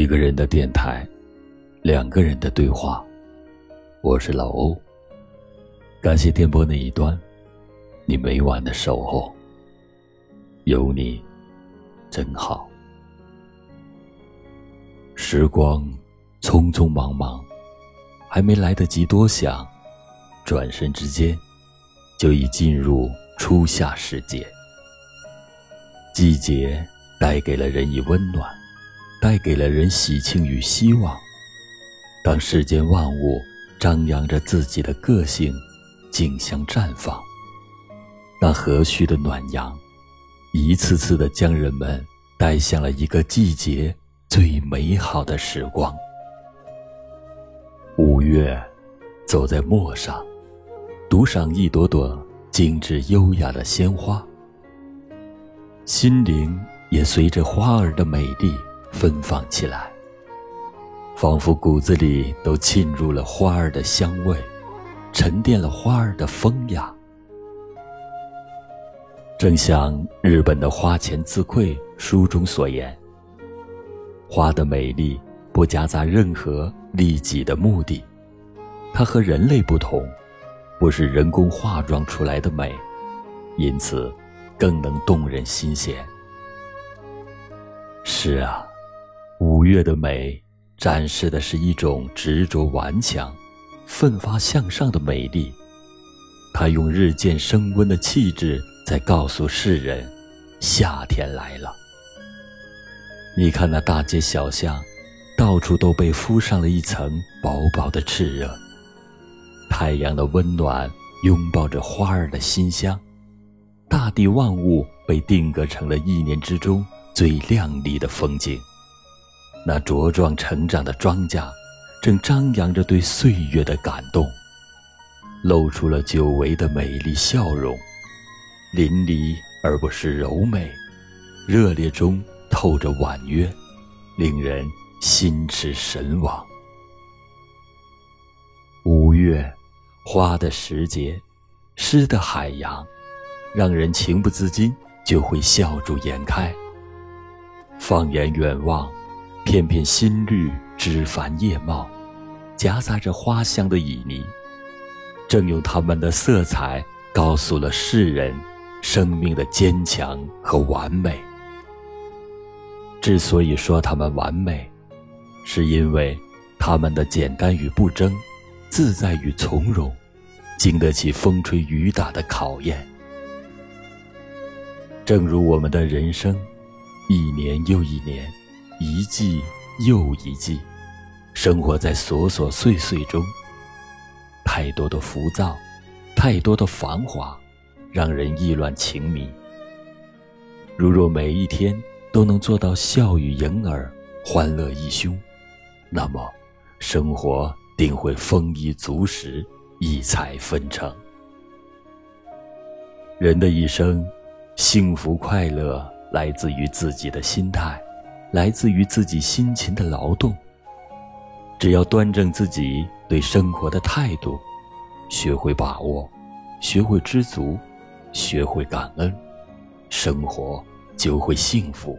一个人的电台，两个人的对话。我是老欧，感谢电波那一端你每晚的守候，有你真好。时光匆匆忙忙，还没来得及多想，转身之间就已进入初夏时节。季节带给了人以温暖，带给了人喜庆与希望。当世间万物张扬着自己的个性，竞相绽放，那和煦的暖阳一次次地将人们带向了一个季节最美好的时光。五月走在陌上，独赏一朵朵精致优雅的鲜花，心灵也随着花儿的美丽芬芳起来，仿佛骨子里都沁入了花儿的香味，沉淀了花儿的风雅。正像日本的花前自馈书中所言，花的美丽不夹杂任何利己的目的，它和人类不同，不是人工化妆出来的美，因此更能动人心弦。是啊，五月的美展示的是一种执着顽强、奋发向上的美丽，它用日渐升温的气质在告诉世人，夏天来了。你看那大街小巷，到处都被敷上了一层薄薄的炽热，太阳的温暖拥抱着花儿的馨香，大地万物被定格成了一年之中最亮丽的风景。那茁壮成长的庄稼正张扬着对岁月的感动，露出了久违的美丽笑容，淋漓而不是柔美，热烈中透着婉约，令人心驰神往。五月，花的时节，诗的海洋，让人情不自禁就会笑逐颜开。放眼远望，片片新绿枝繁叶茂，夹杂着花香的旖旎，正用它们的色彩告诉了世人生命的坚强和完美。之所以说它们完美，是因为它们的简单与不争，自在与从容，经得起风吹雨打的考验。正如我们的人生，一年又一年，一季又一季，生活在琐琐碎碎中，太多的浮躁，太多的繁华，让人意乱情迷。如若每一天都能做到笑语盈耳，欢乐益胸，那么生活定会丰衣足食，异彩纷呈。人的一生，幸福快乐来自于自己的心态，来自于自己辛勤的劳动。只要端正自己对生活的态度，学会把握，学会知足，学会感恩，生活就会幸福。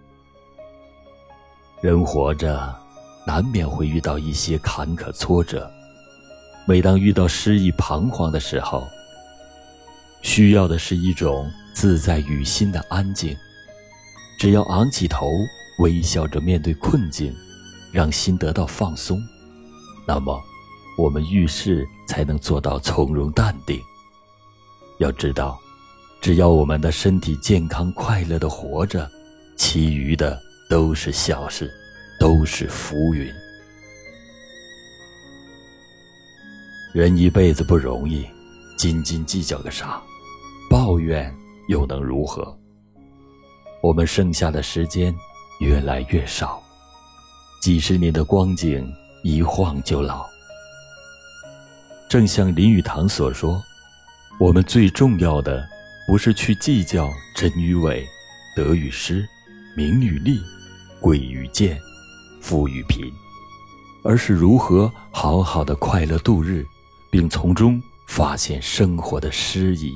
人活着难免会遇到一些坎坷挫折，每当遇到失意彷徨的时候，需要的是一种自在于心的安静。只要昂起头，微笑着面对困境，让心得到放松，那么我们遇事才能做到从容淡定。要知道，只要我们的身体健康快乐地活着，其余的都是小事，都是浮云。人一辈子不容易，斤斤计较个啥？抱怨又能如何？我们剩下的时间越来越少，几十年的光景一晃就老。正像林语堂所说，我们最重要的不是去计较真与伪，得与失，名与利，贵与贱，富与贫，而是如何好好的快乐度日，并从中发现生活的诗意。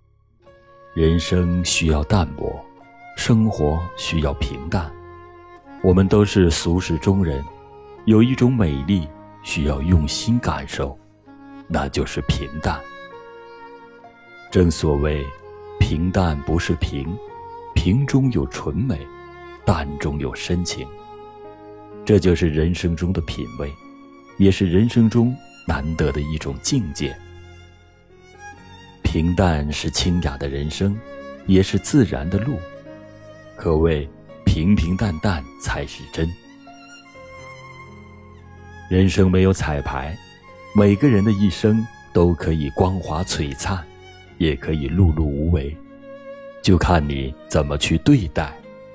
人生需要淡泊，生活需要平淡， 我们都是俗世中人，有一种美丽需要用心感受，那就是平淡。正所谓平淡不是平，平中有纯美，淡中有深情。这就是人生中的品味，也是人生中难得的一种境界。平淡是清雅的人生，也是自然的路，可谓平平淡淡才是真。人生没有彩排，每个人的一生都可以光华璀璨，也可以碌碌无为，就看你怎么去对待。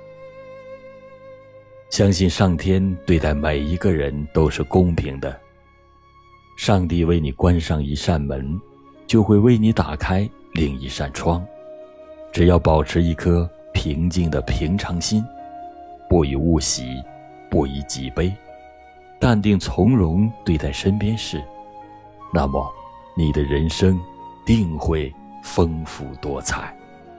相信上天对待每一个人都是公平的，上帝为你关上一扇门，就会为你打开另一扇窗。只要保持一颗平静的平常心，不以物喜，不以己悲，淡定从容对待身边事，那么你的人生定会丰富多彩。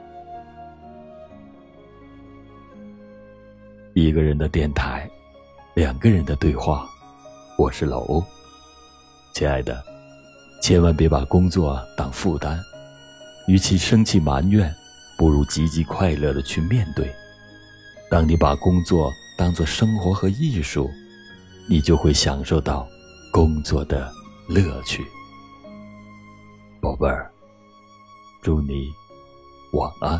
一个人的电台，两个人的对话，我是老欧。亲爱的，千万别把工作当负担，与其生气埋怨，不如积极快乐地去面对。当你把工作当作生活和艺术，你就会享受到工作的乐趣。宝贝儿，祝你晚安。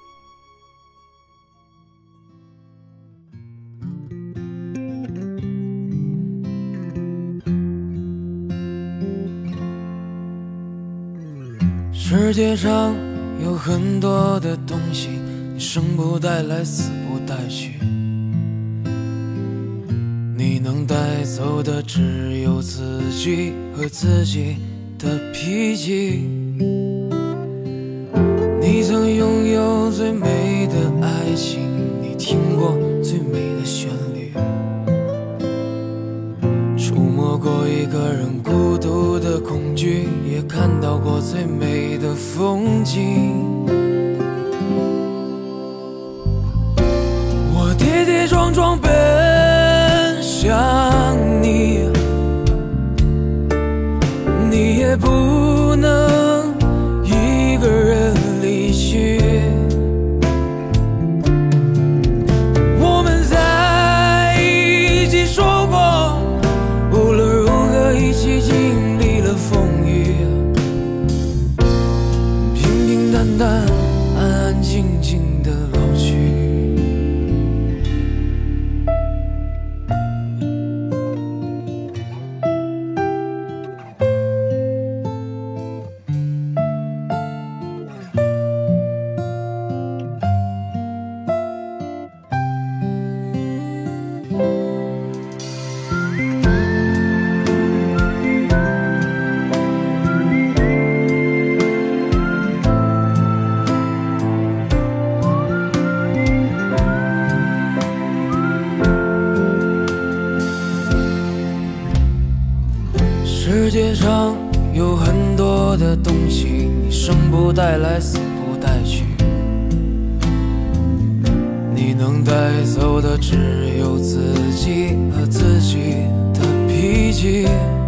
世界上有很多的东西，你生不带来，死不带去，你能带走的只有自己和自己的脾气。你曾拥有最美的爱情，你听过最美的旋律，触摸过一个人孤独的恐惧，也看到过最美的风景。我跌跌撞撞奔向你，你也不能一个人离去。我们在一起说过，无论如何一起经历了风雨，平平淡淡，安安静静的老去。世界上有很多的东西，你生不带来，死不带去，你能带走的只有自己和自己的脾气。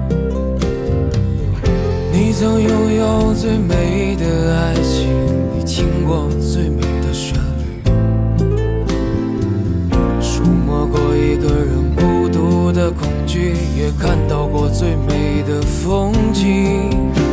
你曾拥有最美的爱情，你听过最美的旋律，触摸过一个人孤独的恐惧，也看到过最美的风景。